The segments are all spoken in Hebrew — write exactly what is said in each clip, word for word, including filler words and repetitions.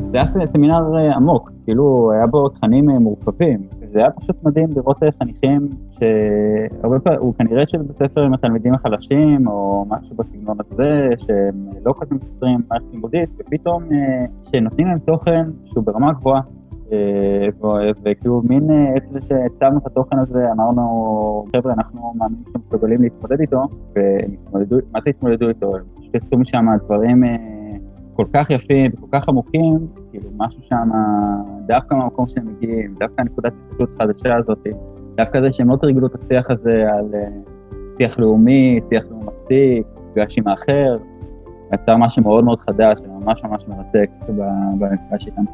זה היה סמינר עמוק, כאילו היה בו תכנים מורכבים, זה היה פשוט מדהים לראות חניכים שהרבה פעמים, הוא כנראה שבבית ספר עם התלמידים החלשים, או משהו בסגנון הזה, שהם לא כזה מסתדרים מערכת לימודית, ופתאום שנותנים להם תוכן שהוא ברמה גבוהה, וכאילו מין אצל שהצבנו את התוכן הזה, אמרנו, חבר'ה, אנחנו מאמינים שאתם מסוגלים להתמודד איתו, ומה זה התמודדו איתו? פשוט יצאו משם דברים כל כך יפים וכל כך עמוקים, כאילו משהו שם, דווקא מהמקום שהם מגיעים, דווקא נקודת הסתכלות חדשה הזאת, דווקא זה שהם לא תרגלו את השיח הזה על שיח לאומי, שיח לאומתי, פגש עם האחר, יצר משהו מאוד מאוד חדש, ממש ממש מרתק במפגש איתם.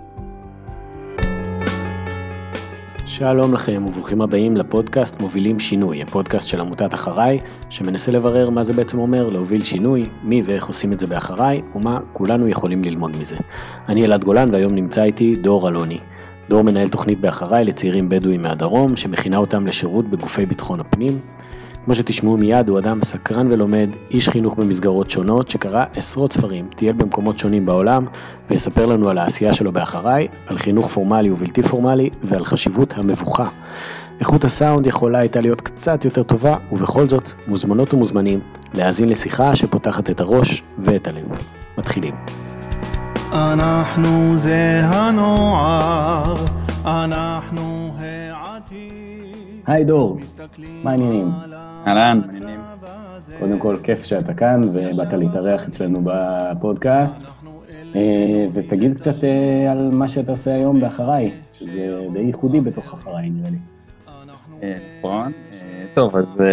שלום לכם וברוכים הבאים לפודקאסט מובילים שינוי, הפודקאסט של עמותת אחריי, שמנסה לברר מה זה בעצם אומר להוביל שינוי, מי ואיך עושים את זה באחריי, ומה כולנו יכולים ללמוד מזה. אני אלעד גולן והיום נמצא איתי דור אלוני. דור מנהל תוכנית באחריי לצעירים בדואים מהדרום, שמכינה אותם לשירות בגופי ביטחון הפנים. כמו שתשמעו מיד, הוא אדם סקרן ולומד, איש חינוך במסגרות שונות, שקרא עשרות ספרים, טייל במקומות שונים בעולם, ויספר לנו על העשייה שלו באחריי, על חינוך פורמלי ובלתי פורמלי, ועל חשיבות המבוכה. איכות הסאונד יכולה הייתה להיות קצת יותר טובה, ובכל זאת, מוזמנות ומוזמנים להאזין לשיחה שפותחת את הראש ואת הלב. מתחילים. אנחנו זה הנוער, אנחנו העתיד. היי דור, מה העניינים? אהלן, מעניינים. קודם כל, כיף שאתה כאן ובאת להתארח אצלנו בפודקאסט. ותגיד קצת על מה שאתה עושה היום באחריי, שזה די ייחודי בתוך אחריי, נראה לי. נכון. טוב, אז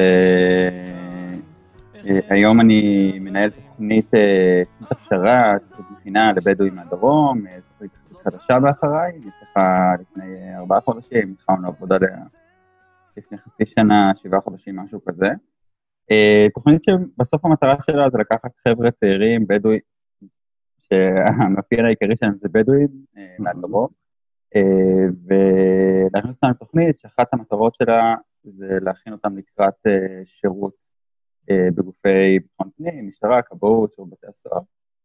היום אני מנהל תוכנית הכשרה, מכינה לבדואים מהדרום, תוכנית חדשה באחריי, נפתחה לפני ארבעה חודשים, התחלנו עבודה לפני חצי שנה, שבעה חודשים, משהו כזה. תוכנית שבסוף המטרה שלה זה לקחת חבר'ה צעירים, בדואים, שהמאפיין העיקרי שלהם זה בדואים, מהדרום, ולהכניס אותם לתוכנית שאחת המטרות שלה זה להכין אותם לקראת שירות בגופי ביטחון פנים, משטרה, כבאות, שירות בתי הסוהר.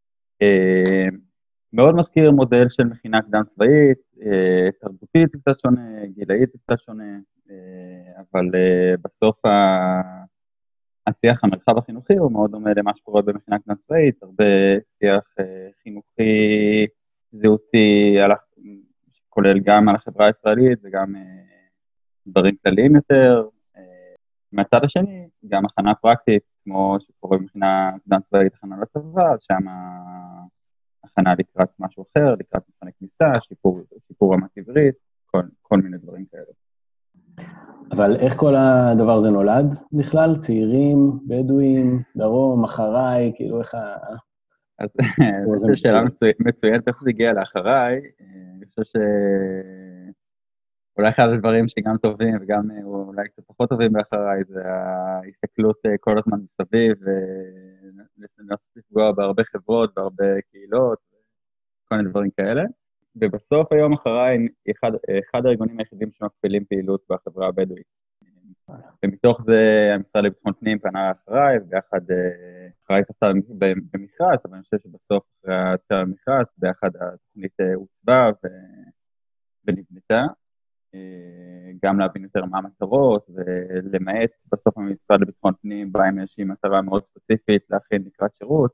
מאוד מזכיר מודל של מכינה קדם צבאית, תרבותית זה קצת שונה, גילאית זה קצת שונה, אבל בסוף השיח המרחב החינוכי הוא מאוד דומה למה שקורה במכינה קדם צבאית, הרבה שיח חינוכי, זהותי, כולל גם על החברה הישראלית וגם דברים כלליים יותר. מהצד השני, גם הכנה פרקטית, כמו שקורה במכינה קדם צבאית, הכנה לצבא, אז שם הכנה לקראת משהו אחר, לקראת מבחני כניסה, שיפור, שיפור רמת עברית, כל, כל מיני דברים כאלה. אבל איך כל הדבר הזה נולד בכלל? צעירים, בדואים, דרום, אחריי, כאילו איך ה... אז זו שאלה מצוינת, איך זה הגיע לאחריי, אני חושב שאולי אחד הדברים שגם טובים וגם אולי קצת פחות טובים באחריי, זה ההסתכלות כל הזמן מסביב, ולנסות לפגוע בהרבה חברות, בהרבה קהילות, כל מיני דברים כאלה. ובסוף היום אחריי, אחד, אחד הארגונים היחידים שמקפילים פעילות בחברה הבדואית. ומתוך זה המשרד לביטחון פנים פנה אחריי, וביחד אחריי זכתה במכרז, אבל אני חושב שבסוף אחרי הזכתה במכרז, ביחד התוכנית הוצבה ונבנתה, גם להבין יותר מה המטרות, ולמעט בסוף המשרד לביטחון פנים, בא עם איזושהי מטרה מאוד ספציפית להכין לקראת שירות,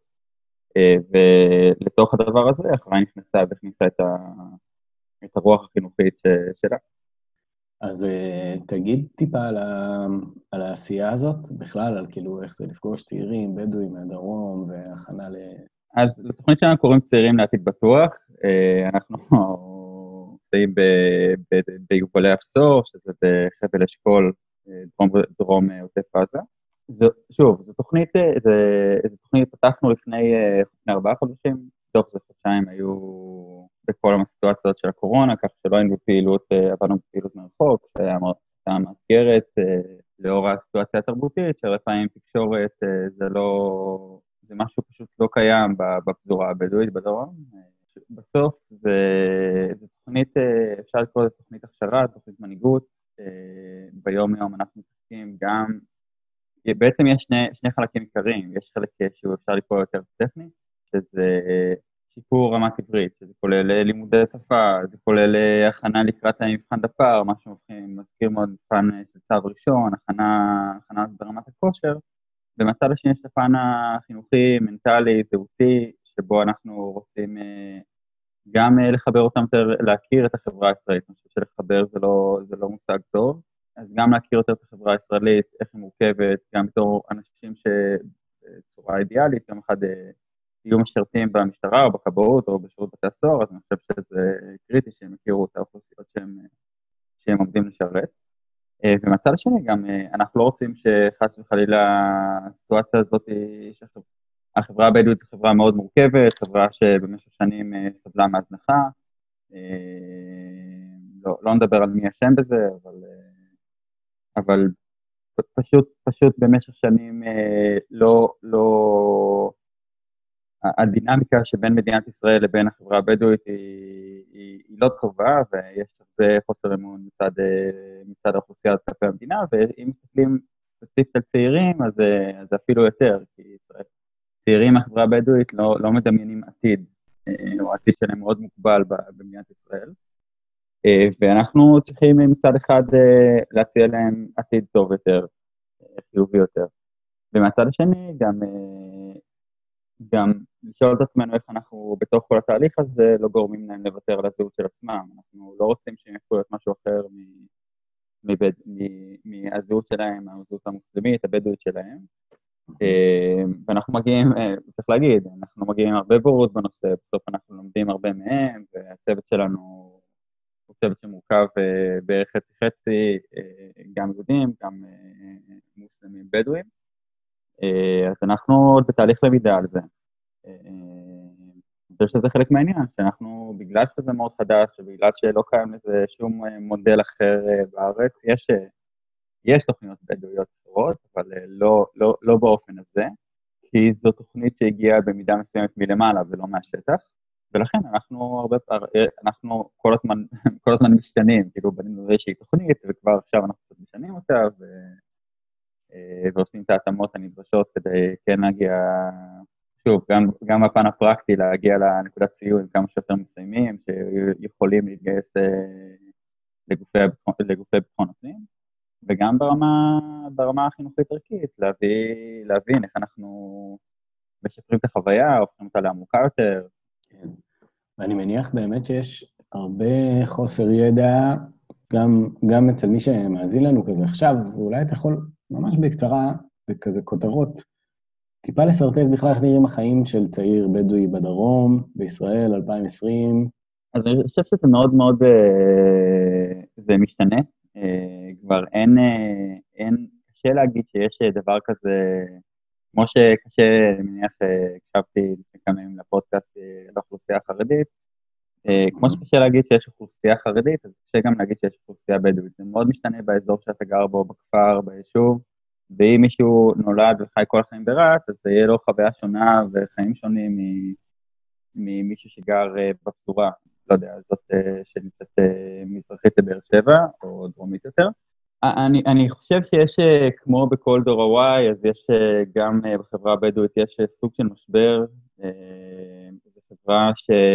ולתוך הדבר הזה אחריי נכנסה והכניסה את, ה... את הרוח החינוכית שלה. אז תגיד טיפה על, ה... על העשייה הזאת, בכלל על כאילו איך זה לפגוש צעירים, בדואים מהדרום והכנה ל... אז לתוכנית שלנו קוראים צעירים לעתיד בטוח, אנחנו נמצאים ביובלי אפסור, שזה בחבל אשכול דרום, דרום עוטף עזה. זו, שוב, זו תוכנית, זו, זו תוכנית פתחנו לפני, לפני ארבעה חודשים, תוך זה חודשיים היו בכל הסיטואציות של הקורונה, כך שלא היינו בפעילות, עברנו בפעילות מרחוק, שהיה מאתגרת לאור הסיטואציה התרבותית, שהרבה פעמים תקשורת זה לא, זה משהו פשוט לא קיים בפזורה הבדואית בדרום. בסוף זה, זה תוכנית, אפשר לקרוא לזה תוכנית הכשרה, תוכנית מנהיגות, ביום יום אנחנו מתעסקים גם, בעצם יש שני, שני חלקים עיקריים, יש חלק שהוא אפשר לקרוא יותר טכני, שזה שיפור רמת עברית, שזה כולל כולל לימודי שפה, זה כולל הכנה לקראת המבחן דפ"ר, מה שמזכיר מאוד מבחן של צו ראשון, הכנה, הכנה ברמת הכושר, ומצד השני יש הפן החינוכי, מנטלי, זהותי, שבו אנחנו רוצים גם לחבר אותם יותר, להכיר את החברה הישראלית, אני חושב שלחבר זה לא, זה לא מושג טוב, אז גם להכיר יותר את החברה הישראלית, איך היא מורכבת, גם בתור אנשים שבצורה אידיאלית, גם אחד יהיו משרתים במשטרה או בכבאות או בשירות בתי הסוהר, אז אני חושב שזה קריטי שהם יכירו את האוכלוסיות שהם, שהם עומדים לשרת. ומצד השני גם אנחנו לא רוצים שחס וחלילה הסיטואציה הזאת, שהחברה הבדואית זו חברה מאוד מורכבת, חברה שבמשך שנים סבלה מהזנחה, לא, לא נדבר על מי אשם בזה, אבל, אבל פשוט, פשוט במשך שנים לא, לא, הדינמיקה שבין מדינת ישראל לבין החברה הבדואית היא, היא, היא לא טובה, ויש הרבה חוסר אמון מצד, מצד האוכלוסייה כלפי המדינה, ואם מסתכלים ספציפית על צעירים, אז זה אפילו יותר, כי ישראל, צעירים מהחברה הבדואית לא, לא מדמיינים עתיד, או העתיד שלהם מאוד מוגבל במדינת ישראל, ואנחנו צריכים מצד אחד להציע להם עתיד טוב יותר, חיובי יותר. ומצד השני גם... גם לשאול את עצמנו איך אנחנו בתוך כל התהליך הזה לא גורמים להם לוותר על הזהות של עצמם. אנחנו לא רוצים שהם יפכו להיות משהו אחר מהזהות שלהם, מהזהות המוסלמית, הבדואית שלהם. ואנחנו מגיעים, צריך להגיד, אנחנו מגיעים הרבה בורות בנושא, בסוף אנחנו לומדים הרבה מהם, והצוות שלנו הוא צוות שמורכב בערך חצי חצי, גם יהודים, גם מוסלמים בדואים. אז אנחנו עוד בתהליך למידה על זה. אני חושב שזה חלק מהעניין, שאנחנו, בגלל שזה מאוד חדש, ובגלל שלא קיים לזה שום מודל אחר בארץ, יש, יש תוכניות בדואיות אחרות, אבל לא, לא, לא באופן הזה, כי זו תוכנית שהגיעה במידה מסוימת מלמעלה ולא מהשטח, ולכן אנחנו הרבה פעמים, אנחנו כל הזמן, כל הזמן משתנים, כאילו בנינו איזושהי תוכנית, וכבר עכשיו אנחנו קצת משנים אותה, ו... ועושים את ההתאמות הנדרשות כדי כן להגיע, שוב, גם, גם הפן הפרקטי להגיע לנקודת ציון כמה שיותר מסיימים, שיכולים להתגייס לגופי, לגופי ביטחון הפנים, וגם ברמה, ברמה החינוכית ערכית, להביא, להבין איך אנחנו משפרים את החוויה, הופכים אותה לעמוקה יותר. כן. ואני מניח באמת שיש הרבה חוסר ידע, גם, גם אצל מי שמאזין לנו כזה עכשיו, ואולי אתה יכול ממש בקצרה, בכזה כותרות, טיפה לסרטט בכלל איך נראים החיים של צעיר בדואי בדרום, בישראל, אלפיים ועשרים. אז אני חושב שזה מאוד מאוד, זה משתנה, כבר אין, אין, קשה להגיד שיש דבר כזה, כמו שקשה, אני מניח, הקשבתי לפני כמה ימים לפודקאסט לאוכלוסייה החרדית, כמו שקשה להגיד שיש אוכלוסייה חרדית, אז קשה גם להגיד שיש אוכלוסייה בדואית. זה מאוד משתנה באזור שאתה גר בו, בכפר, ביישוב, ואם מישהו נולד וחי כל החיים ברהט, אז זה יהיה לו חוויה שונה וחיים שונים ממישהו שגר בפזורה, לא יודע, זאת שנמצאת מזרחית לבאר שבע, או דרומית יותר. אני, אני חושב שיש, כמו בכל דור ה-Y, אז יש גם בחברה הבדואית, יש סוג של משבר, זו חברה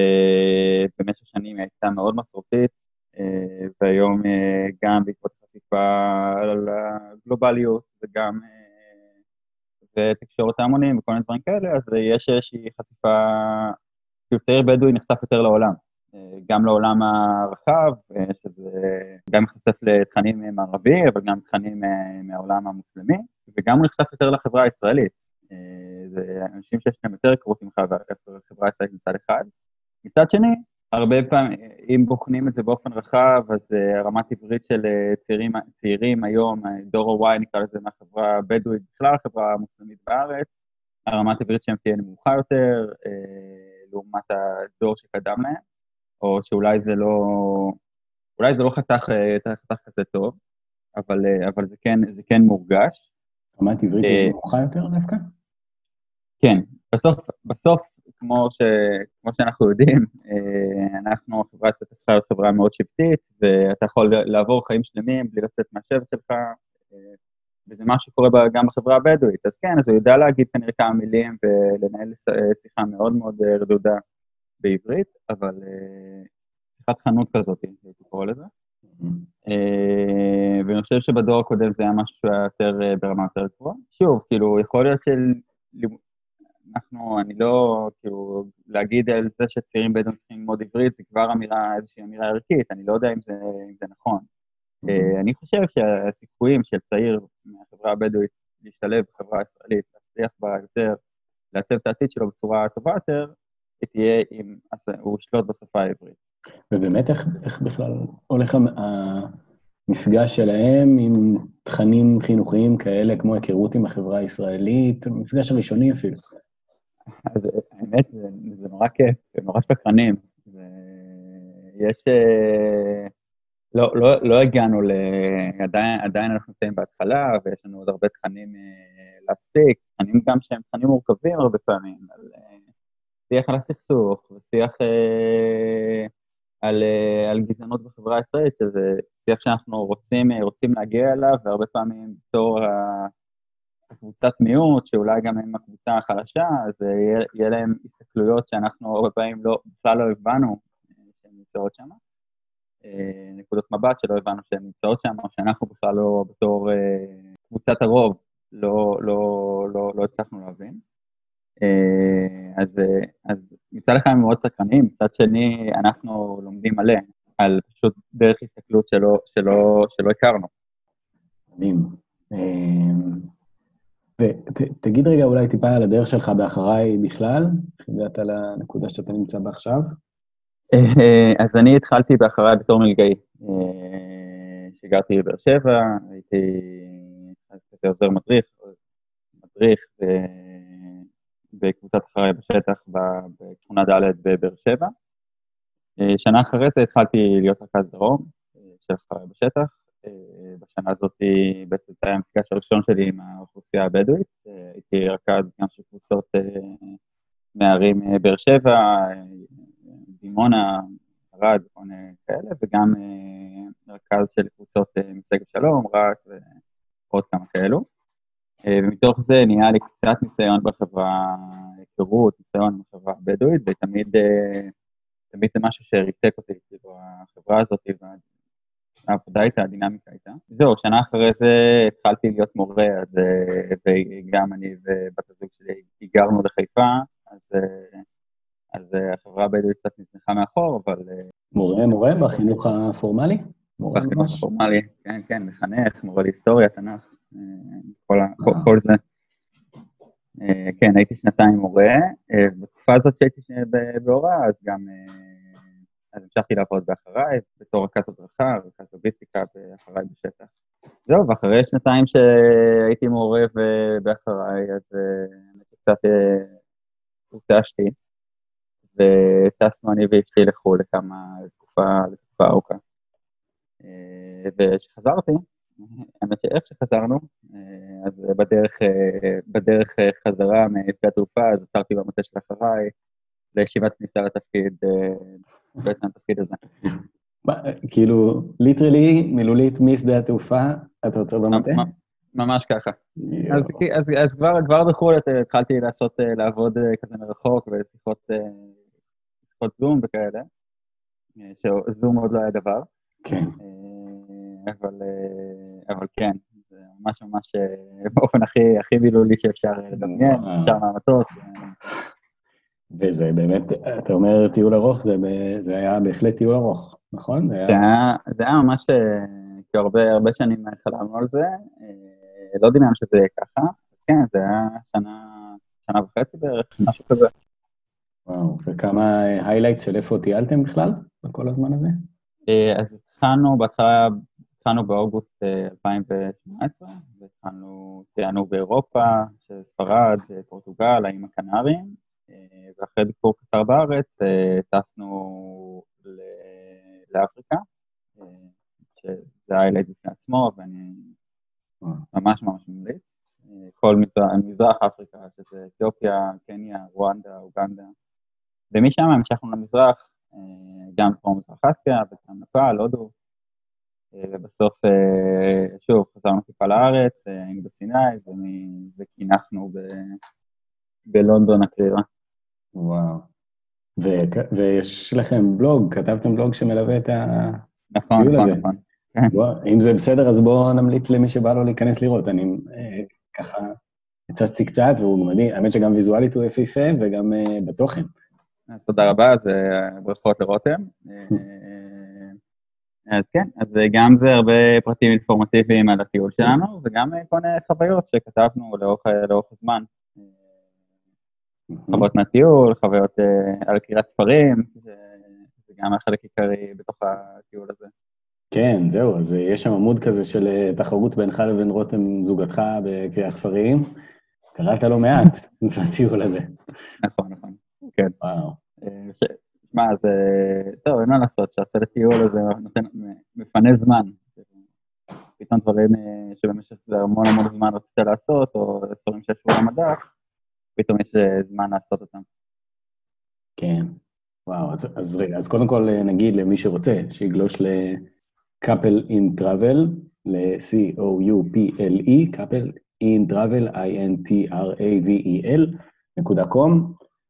שבמשך שנים הייתה מאוד מסורתית, והיום גם בעקבות חשיפה על הגלובליות, וגם ותקשורת ההמונים וכל מיני דברים כאלה, אז יש איזושהי חשיפה, כאילו צעיר בדואי נחשף יותר לעולם, גם לעולם הרחב, שזה גם נחשף לתכנים מערבי, אבל גם תכנים מהעולם המוסלמי, וגם הוא נחשף יותר לחברה הישראלית. זה אנשים שיש להם יותר היכרות עם החברה הישראלית מצד אחד. מצד שני, הרבה פעמים, אם בוחנים את זה באופן רחב, אז רמת עברית של צעירים, צעירים היום, דור ה-Y נקרא לזה מהחברה הבדואית, בכלל החברה המוסלמית בארץ, הרמת עברית שהם תהיה נמוכה יותר, לעומת הדור שקדם להם, או שאולי זה לא, אולי זה לא חתך, חתך כזה טוב, אבל, אבל זה כן, זה כן מורגש. רמת עברית נמוכה יותר דווקא? כן, בסוף, בסוף, כמו ש, כמו שאנחנו יודעים, אנחנו, החברה הישראלית היא חברה מאוד שבטית, ואתה יכול לעבור חיים שלמים בלי לצאת מהשבט שלך, וזה מה שקורה גם בחברה הבדואית. אז כן, אז הוא יודע להגיד כנראה כמה מילים, ולנהל שיחה מאוד מאוד רדודה בעברית, אבל שיחת חנות כזאת, הייתי קורא לזה. ואני חושב שבדור הקודם זה היה משהו שהיה יותר ברמה יותר גבוהה. שוב, כאילו, יכול להיות של... אנחנו, אני לא, כאילו, להגיד על זה שצעירים בדואים צריכים ללמוד עברית, זה כבר אמירה, איזושהי אמירה ערכית, אני לא יודע אם זה, אם זה נכון. אני חושב שהסיכויים של צעיר מהחברה הבדואית להשתלב בחברה הישראלית, להצליח בה יותר, לעצב את העתיד שלו בצורה טובה יותר, תהיה אם הוא ישלוט בשפה העברית. ובאמת איך, איך בכלל הולך המפגש שלהם עם תכנים חינוכיים כאלה, כמו היכרות עם החברה הישראלית, המפגש הראשוני אפילו? אז האמת, זה, זה נורא כיף, זה נורא סקרנים. זה, יש... לא, לא, לא הגענו ל... עדיין, עדיין אנחנו נמצאים בהתחלה, ויש לנו עוד הרבה תכנים להספיק, תכנים גם שהם תכנים מורכבים הרבה פעמים, על שיח על הסכסוך, ושיח על, על גזענות בחברה הישראלית, שזה שיח שאנחנו רוצים, רוצים להגיע אליו, והרבה פעמים בתור הקבוצת מיעוט, שאולי גם עם הקבוצה החלשה, אז יהיה, יהיה להם הסתכלויות שאנחנו הרבה פעמים לא, בכלל לא הבנו שהן נמצאות שם. נקודות מבט שלא הבנו שהן נמצאות שם, או שאנחנו בכלל לא, בתור קבוצת הרוב, לא, לא, לא, לא הצלחנו להבין. אז, אז מצד אחד הם מאוד סקרנים, מצד שני אנחנו לומדים מלא, על פשוט דרך הסתכלות שלא, שלא, שלא הכרנו. מדהים. ותגיד רגע אולי טיפה על הדרך שלך באחריי בכלל, הגעת לנקודה שאתה נמצא בה עכשיו. אז אני התחלתי באחריי בתור מלגאי, שהגעתי לבאר שבע, הייתי כזה עוזר מדריך, מדריך בקבוצת אחריי בשטח בתכונה ד' בבאר שבע. שנה אחרי זה התחלתי להיות רכז דרום של אחריי בשטח. בשנה הזאת בעצם זה היה המפגש הראשון שלי עם האוכלוסייה הבדואית. הייתי רכז גם של קבוצות מערים באר שבע, דימונה, ערד, כאלה, וגם רכז של קבוצות משגב שלום, רעת ועוד כמה כאלו. ומתוך זה נהיה לי קצת ניסיון בחברה, היכרות, ניסיון בחברה הבדואית, ותמיד תמיד זה משהו שריתק אותי, כאילו החברה הזאת, והעבודה הייתה, הדינמיקה הייתה. זהו, שנה אחרי זה התחלתי להיות מורה, אז וגם אני ובת הזוג שלי היגרנו לחיפה, אז, אז החברה הבדואית קצת נזנחה מאחור, אבל... מורה, מורה בחינוך הפורמלי? בחינוך הפורמלי, כן, כן, מחנך, מורה להיסטוריה, תנ"ך, כל, כל, כל זה. כן, הייתי שנתיים מורה, בתקופה הזאת שהייתי בהוראה, אז גם, אז המשכתי לעבוד באחריי, בתור רכז הדרכה, רכז לוגיסטיקה באחריי בשטח. זהו, ואחרי שנתיים שהייתי מורה באחריי, אז אני קצת הותשתי, וטסנו אני ואשתי לחו"ל לכמה תקופה, לתקופה ארוכה. וכשחזרתי, האמת שאיך שחזרנו, אז בדרך, בדרך חזרה משדה התעופה, אז עצרתי במטה של אחריי, לישיבת כניסה לתפקיד, בעצם התפקיד הזה. כאילו, ליטרלי, מילולית משדה התעופה, אתה רוצה במטה? ממש ככה. אז, אז, אז כבר, כבר בחו"ל התחלתי לעשות, לעבוד כזה מרחוק, ושיחות שיחות זום וכאלה, שזום עוד לא היה דבר. כן. אבל, אבל כן, זה ממש ממש באופן הכי, הכי מילולי שאפשר לדמיין, אפשר מהמטוס. וזה באמת, אתה אומר טיול ארוך, זה, זה היה בהחלט טיול ארוך, נכון? זה היה, זה היה ממש, כי הרבה, הרבה שנים חלמנו על זה, לא דמיין שזה יהיה ככה, כן, זה היה שנה, שנה וחצי בערך, משהו כזה. וואו, וכמה היילייטס של איפה טיילתם בכלל, בכל הזמן הזה? אז התחלנו, בהתחלה, התחלנו באוגוסט אלפיים שמונה עשרה, והתחלנו, טיילנו באירופה, ספרד, פורטוגל, האיים הקנריים, ואחרי ביקור קצר בארץ, טסנו לאפריקה, שזה היילייט בפני עצמו, ואני ממש ממש ממליץ. כל מזרח, מזרח אפריקה, שזה אתיופיה, קניה, רואנדה, אוגנדה, ומשם המשכנו למזרח, גם פה מזרח אסיה, וגם נפאל, הודו, ובסוף, שוב, חזרנו טיפה לארץ, היינו בסיני, וקינחנו בלונדון הקרירה. וואו. ו- ויש לכם בלוג, כתבתם בלוג שמלווה את נכון, הטיול נכון, הזה. נכון. בוא, אם זה בסדר, אז בואו נמליץ למי שבא לו להיכנס לראות. אני אה, ככה הצצתי קצת, והוא מדהים. האמת שגם ויזואלית הוא יפהפה, וגם אה, בתוכן. אז תודה רבה, אז אה, ברכות לרותם. אה, אז כן, אז גם זה הרבה פרטים אינפורמטיביים על הטיול שלנו, וגם כל מיני חוויות שכתבנו לאורך, לאורך הזמן. חוויות מהטיול, חוויות uh, על קריאת ספרים, זה גם החלק עיקרי בתוך הטיול הזה. כן, זהו, אז יש שם עמוד כזה של תחרות בינך לבין רותם זוגתך בקריאת ספרים. קראת לא מעט בטיול הזה. נכון, נכון, כן. וואו. שמע, זה, טוב, אין מה לעשות, שעשה לטיול הזה נותן, מפנה זמן. פתאום דברים שבמשך זה המון המון זמן רצית לעשות, או ספרים שישבו על המדף, פתאום יש זמן לעשות אותם. כן, וואו, אז, אז רגע, אז קודם כל נגיד למי שרוצה, שיגלוש ל-couple in travel, ל-C O U P L E, couple in travel, I N T R A V E L, נקודה קום,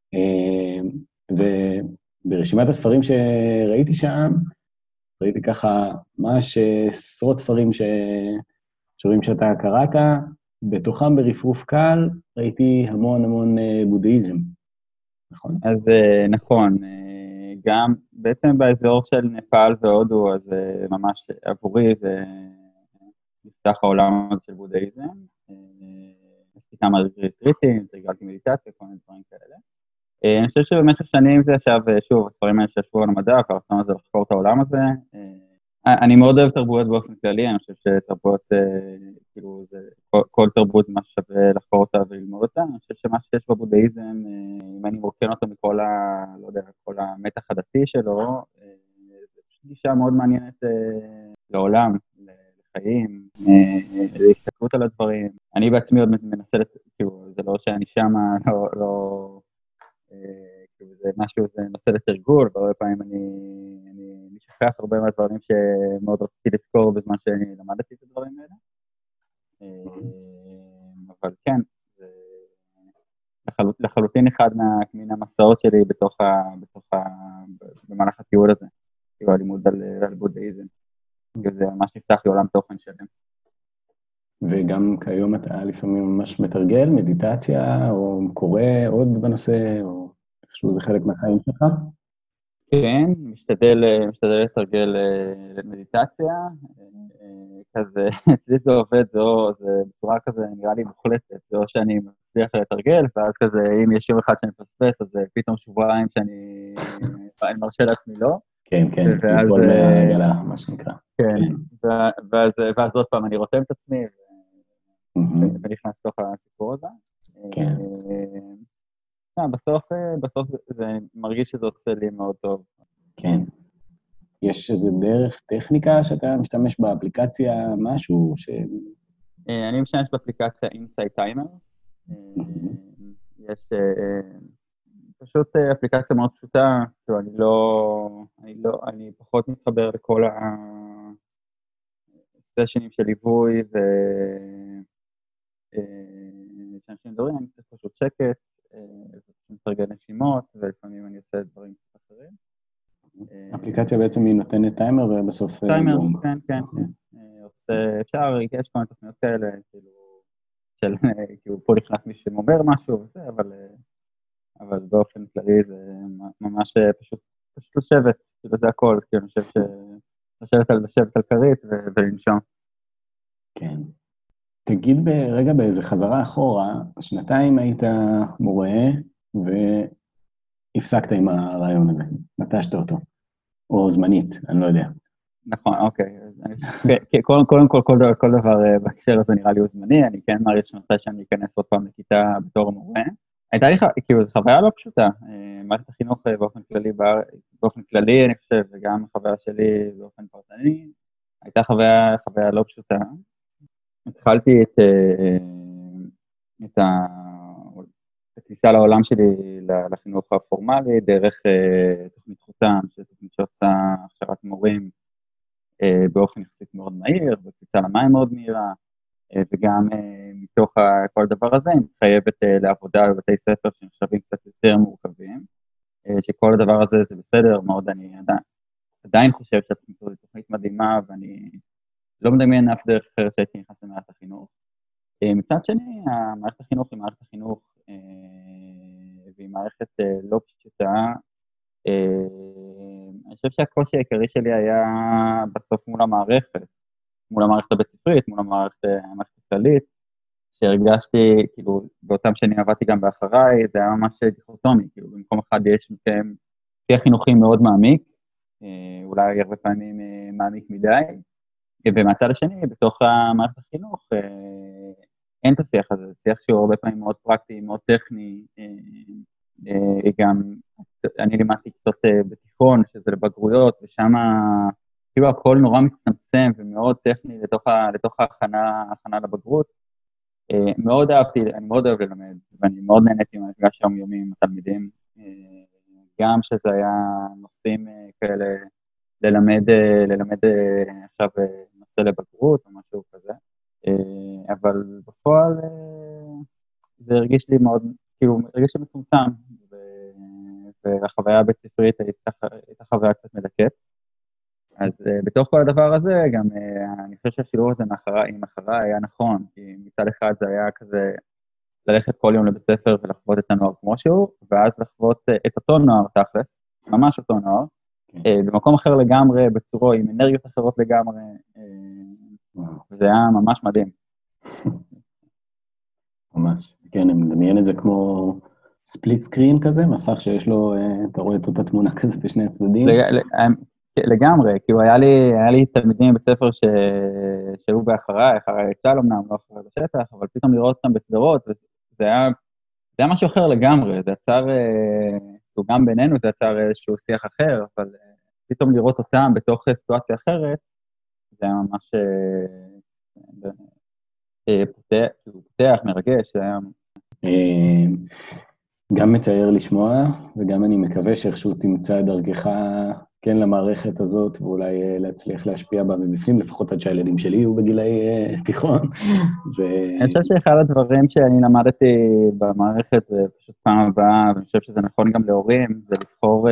וברשימת הספרים שראיתי שם, ראיתי ככה ממש עשרות ספרים שרואים שאתה קראת, בתוכם ברפרוף קל ראיתי המון המון בודהיזם, נכון? אז נכון, גם בעצם באזור של נפאל והודו, אז ממש עבורי זה נפתח העולם הזה של בודהיזם, עשיתי כמה ריטריטים, תרגלתי מדיטציה, כל מיני דברים כאלה. אני חושב שבמשך שנים זה ישב, שוב, הספרים האלה שישבו על המדף, הרצון הזה לחקור את העולם הזה. אני מאוד אוהב תרבויות באופן כללי, אני חושב שתרבויות, כאילו, זה, כל, כל תרבות זה מה ששווה לחקור אותה וללמוד אותה. אני חושב שמה שיש בבודהיזם, אם אני מורכן אותו מכל ה, לא יודע, כל המתח הדתי שלו, זה פשוט גישה מאוד מעניינת לעולם, לחיים, להסתכלות על הדברים. אני בעצמי עוד מנסה, כאילו, זה לא שאני שמה, לא, לא, כאילו זה משהו, זה נושא לתרגול, והרבה פעמים אני, אני משכח הרבה מהדברים שמאוד רציתי לזכור בזמן שאני למדתי את הדברים האלה. אבל כן, זה לחלוט, לחלוטין אחד מן המסעות שלי בתוך ה, בתוך ה, במהלך הטיול הזה, כאילו הלימוד על, על בודהיזם. זה ממש נפתח לי עולם תוכן שלם. וגם כיום אתה לפעמים ממש מתרגל, מדיטציה, או קורא עוד בנושא, או איכשהו זה חלק מהחיים שלך? כן, משתדל, משתדל לתרגל למדיטציה, כזה, אצלי זה עובד, זה בצורה כזה נראה לי מוחלטת, זה או שאני מצליח לתרגל, ואז כזה, אם יש יום אחד שאני מפספס, אז פתאום שבועיים שאני מרשה לעצמי לא. כן, כן, ליפול מהעגלה, מה שנקרא. כן, ואז עוד פעם אני רותם את עצמי, ונכנס לתוך הסיפור הזה. כן. בסוף, בסוף זה מרגיש שזה עושה לי מאוד טוב. כן. יש איזה דרך טכניקה שאתה משתמש באפליקציה, משהו ש... אני משתמש באפליקציה Insight Timer. יש פשוט אפליקציה מאוד פשוטה, אני לא, אני לא, אני פחות מתחבר לכל הסשנים של ליווי ו... שאנשים מדברים, אני צריך פשוט שקט, מתרגל נשימות, ולפעמים אני עושה דברים אחרים. האפליקציה בעצם היא נותנת טיימר ובסוף טיימר, בונג. כן, כן, כן. עושה, אפשר, יש כל מיני תוכניות כאלה, כאילו, של, כאילו, פה נכנס מי שאומר משהו וזה, אבל, אבל באופן כללי זה ממש פשוט, פשוט לשבת, כאילו זה הכל, כאילו אני חושב לשבת על, לשבת על כרית ולנשום. כן. תגיד ברגע באיזה חזרה אחורה, שנתיים היית מורה והפסקת עם הרעיון הזה, נטשת אותו, או זמנית, אני לא יודע. נכון, אוקיי. קודם כל, כל דבר בהקשר הזה נראה לי הוא זמני, אני כן מעריך שנושא שאני אכנס עוד פעם לכיתה בתור מורה. הייתה לי, כאילו, זו חוויה לא פשוטה, מערכת החינוך באופן כללי, באופן כללי, אני חושב, וגם החוויה שלי באופן פרטני, הייתה חוויה, חוויה לא פשוטה. התחלתי את, את הכניסה לעולם שלי לחינוך הפורמלי, דרך תוכנית חותם, שתוכנית שעושה הכשרת מורים באופן יחסית מאוד מהיר, וקפיצה למים מאוד מהירה, וגם מתוך כל הדבר הזה, היא מתחייבת לעבודה בבתי ספר שנחשבים קצת יותר מורכבים. שכל הדבר הזה זה בסדר, מאוד אני עדיין, עדיין חושב שהתוכנית זו תוכנית מדהימה, ואני לא מדמיין אף דרך אחרת שהייתי נכנס למערכת החינוך. מצד שני, מערכת החינוך היא מערכת החינוך, והיא מערכת לא פשוטה. אני חושב שהקושי העיקרי שלי היה בסוף מול המערכת, מול המערכת הבית ספרית, מול המערכת הכללית, שהרגשתי, כאילו, באותם שנים עבדתי גם באחריי, זה היה ממש דיכוטומי, כאילו, במקום אחד יש מכם שיח חינוכי מאוד מעמיק, אולי הרבה פעמים מעמיק מדי, ומהצד השני, בתוך המערכת החינוך, אין את השיח הזה, זה שיח שהוא הרבה פעמים מאוד פרקטי, מאוד טכני, גם, אני לימדתי קצת בתיכון, שזה לבגרויות, ושם כאילו הכל נורא מצטמצם ומאוד טכני לתוך, ה, לתוך ההכנה, ההכנה לבגרות. מאוד אהבתי, אני מאוד אוהב ללמד, ואני מאוד נהניתי מהמפגש היומיומי עם התלמידים, גם שזה היה נושאים כאלה, ללמד, ללמד עכשיו נושא לבגרות או משהו כזה, אבל בפועל זה הרגיש לי מאוד, כאילו, הרגיש לי מצומצם, והחוויה הבית ספרית הייתה חוויה קצת מדכאת. אז בתוך כל הדבר הזה, גם אני חושב שהשילוב הזה עם אחריי היה נכון, כי מצד אחד זה היה כזה ללכת כל יום לבית ספר ולחוות את הנוער כמו שהוא, ואז לחוות את אותו נוער תכלס, ממש אותו נוער, במקום אחר לגמרי, בצורו, עם אנרגיות אחרות לגמרי, וזה היה ממש מדהים. ממש, כן, אני מדמיין את זה כמו ספליט סקרין כזה, מסך שיש לו, אתה רואה את אותה תמונה כזה בשני הצדדים. לגמרי, כאילו היה לי, היה לי תלמידים בבית ספר ש... שהיו באחריי, אחריי צ'ל אמנם, לא אחריי בשטח, אבל פתאום לראות אותם בסדרות, וזה היה, זה היה משהו אחר לגמרי, זה יצר, גם בינינו זה יצר איזשהו שיח אחר, אבל פתאום לראות אותם בתוך סיטואציה אחרת, זה היה ממש פותח, פותח, מרגש, זה היה... גם מצער לשמוע, וגם אני מקווה שאיכשהו תמצא את דרכך כן למערכת הזאת, ואולי להצליח להשפיע בה מבפנים, לפחות עד שהילדים שלי יהיו בגילי תיכון. אני חושב שאחד הדברים שאני למדתי במערכת, זה פשוט פעם הבאה, ואני חושב שזה נכון גם להורים, זה לבחור,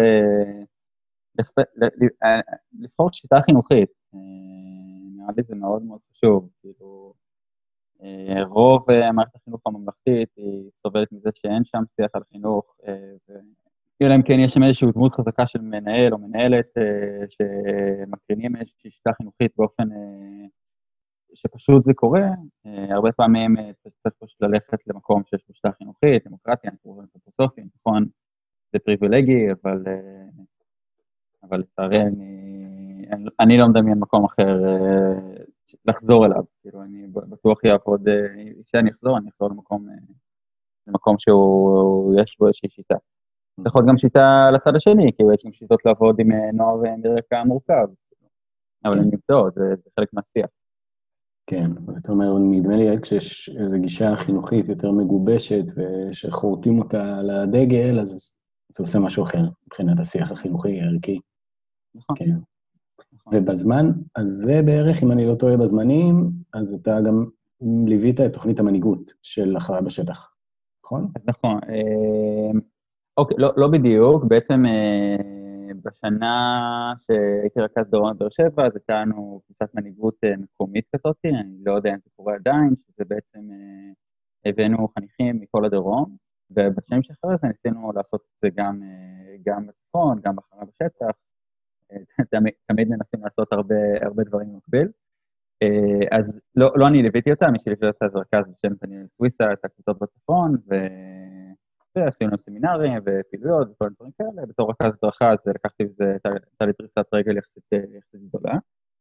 לבחור שיטה חינוכית. נראה לי זה מאוד מאוד חשוב, כאילו, רוב מערכת החינוך הממלכתית היא סובלת מזה שאין שם שיח על חינוך, אלא אם כן יש שם איזושהי דמות חזקה של מנהל או מנהלת שמקרינים איזושהי שיטה חינוכית באופן שפשוט זה קורה. הרבה פעמים צריך פשוט ללכת למקום שיש בו שיטה חינוכית, דמוקרטיה, אנתרופוסופיה, נכון, זה פריבילגי, אבל אבל לצערי אני, אני לא מדמיין מקום אחר לחזור אליו, כאילו אני בטוח יעבוד, כשאני אחזור, אני אחזור למקום, למקום שהוא, יש בו איזושהי שיטה. זה יכול גם שיטה לצד השני, כי יש גם שיטות לעבוד עם נוער מרקע מורכב, אבל הן נמצאות, זה, זה חלק מהשיח. כן, אתה אומר, נדמה לי כשיש איזו גישה חינוכית יותר מגובשת, ושחורטים אותה לדגל, אז זה עושה משהו אחר, מבחינת השיח החינוכי, הערכי. נכון. כן. ובזמן, אז זה בערך, אם אני לא טועה בזמנים, אז אתה גם ליווית את תוכנית המנהיגות של אחריי בשטח, נכון? אז נכון. אוקיי, לא, לא בדיוק, בעצם בשנה שהייתי רכז דרום באר שבע, אז הייתה לנו קבוצת מנהיגות מקומית כזאת, אני לא יודע אם זה קורה עדיין, שזה בעצם הבאנו חניכים מכל הדרום, ובשנים שאחרי זה ניסינו לעשות את זה גם, גם בצפון, גם אחריי בשטח, תמיד מנסים לעשות הרבה, הרבה דברים במקביל. אז לא, לא אני ליוויתי אותה, מי שליוויתי אותה זה רכז בשם דניאל סוויסה, את הקבוצות בצפון, ועשינו להם סמינרים ופעילויות וכל דברים כאלה. בתור רכז הדרכה, אז לקחתי בזה, הייתה לי דריסת רגל יחסית, יחסית גדולה.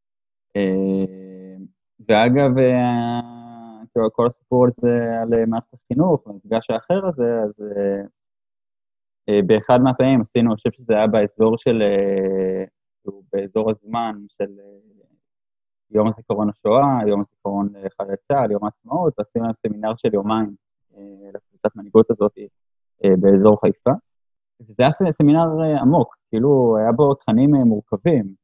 ואגב, כל הסיפור הזה על מערכת החינוך, במפגש האחר הזה, אז באחד מהפעמים עשינו, אני חושב שזה היה באזור של, באזור הזמן של יום הזיכרון השואה, יום הזיכרון לחיילי צה"ל, יום העצמאות, ועשינו להם סמינר של יומיים לקבוצת מנהיגות הזאת באזור חיפה. וזה היה סמינר עמוק, כאילו היה בו תכנים מורכבים,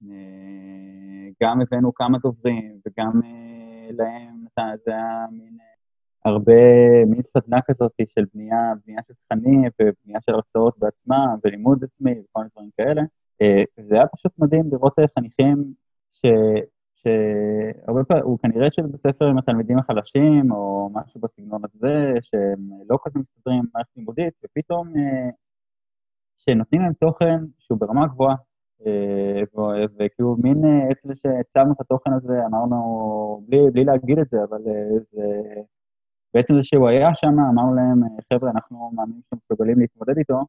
גם הבאנו כמה דוברים, וגם להם, זה היה מין הרבה מין סדנה כזאת של בנייה, בנייה של תכנים ובנייה של הרצאות בעצמה ולימוד עצמי וכל מיני דברים כאלה. זה היה פשוט מדהים לראות חניכים ש... שהרבה פעמים, הוא כנראה של בית ספר עם התלמידים החלשים או משהו בסגנון הזה, שהם לא כזה מסתדרים עם מערכת לימודית, ופתאום שנותנים להם תוכן שהוא ברמה גבוהה, וכאילו מין אצל שהצבנו את התוכן הזה, אמרנו, בלי, בלי להגיד את זה, אבל זה, בעצם זה שהוא היה שם, אמרנו להם, חבר'ה, אנחנו מאמינים שהם מסוגלים להתמודד איתו,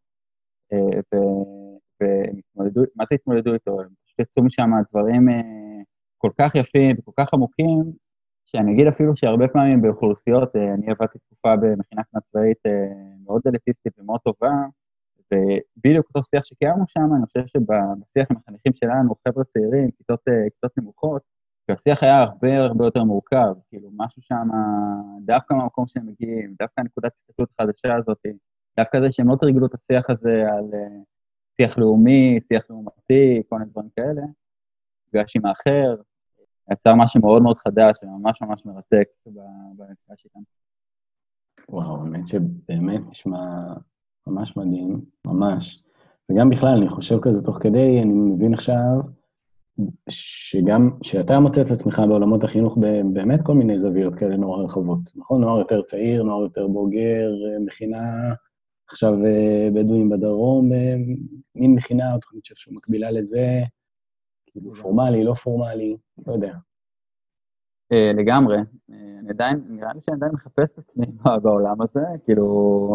והם התמודדו, מה זה התמודדו איתו? הם פשוט יצאו משם דברים כל כך יפים וכל כך עמוקים, שאני אגיד אפילו שהרבה פעמים באוכלוסיות, אני עבדתי תקופה במכינה קדם צבאית מאוד אליטיסטית ומאוד טובה, ובדיוק אותו שיח שקיימנו שם, אני חושב שבשיח עם החניכים שלנו, חבר'ה צעירים, כיתות, כיתות נמוכות, והשיח היה הרבה הרבה יותר מורכב, כאילו משהו שם, דווקא מהמקום שהם מגיעים, דווקא נקודת הסתכלות החדשה הזאת, דווקא זה שהם לא תרגלו את השיח הזה על שיח לאומי, שיח לאומתי, כל מיני דברים כאלה, פגש עם האחר, יצר משהו מאוד מאוד חדש, וממש ממש מרתק במפגש איתם. וואו, האמת שבאמת נשמע ממש מדהים, ממש. וגם בכלל, אני חושב כזה תוך כדי, אני מבין עכשיו, שגם, שאתה מוצא את עצמך בעולמות החינוך באמת כל מיני זוויות כאלה נורא רחבות, נכון? נוער יותר צעיר, נוער יותר בוגר, מכינה, עכשיו בדואים בדרום, מין מכינה, או תוכנית שאיכשהו מקבילה לזה, כאילו פורמלי, לא פורמלי, לא יודע. לגמרי, אני עדיין, נראה לי שאני עדיין מחפש את עצמי בעולם הזה, כאילו,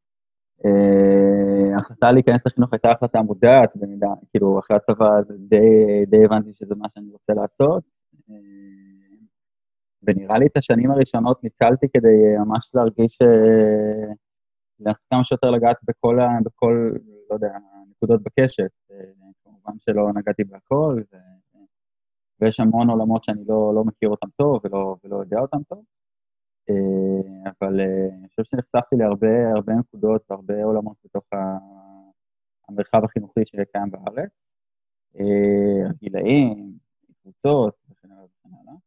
ההחלטה להיכנס לחינוך הייתה החלטה מודעת, במידה, כאילו, אחרי הצבא זה די, די הבנתי שזה מה שאני רוצה לעשות, ונראה לי את השנים הראשונות ניצלתי כדי ממש להרגיש, לעשות כמה שיותר לגעת בכל, בכל, לא יודע, נקודות בקשת, כמובן שלא נגעתי בהכל, ו... ויש המון עולמות שאני לא, לא מכיר אותם טוב ולא, ולא יודע אותם טוב, אבל אני חושב שנחשפתי להרבה הרבה נקודות והרבה עולמות בתוך המרחב החינוכי שקיים בארץ, הגילאים, קבוצות וכן הלאה וכן הלאה.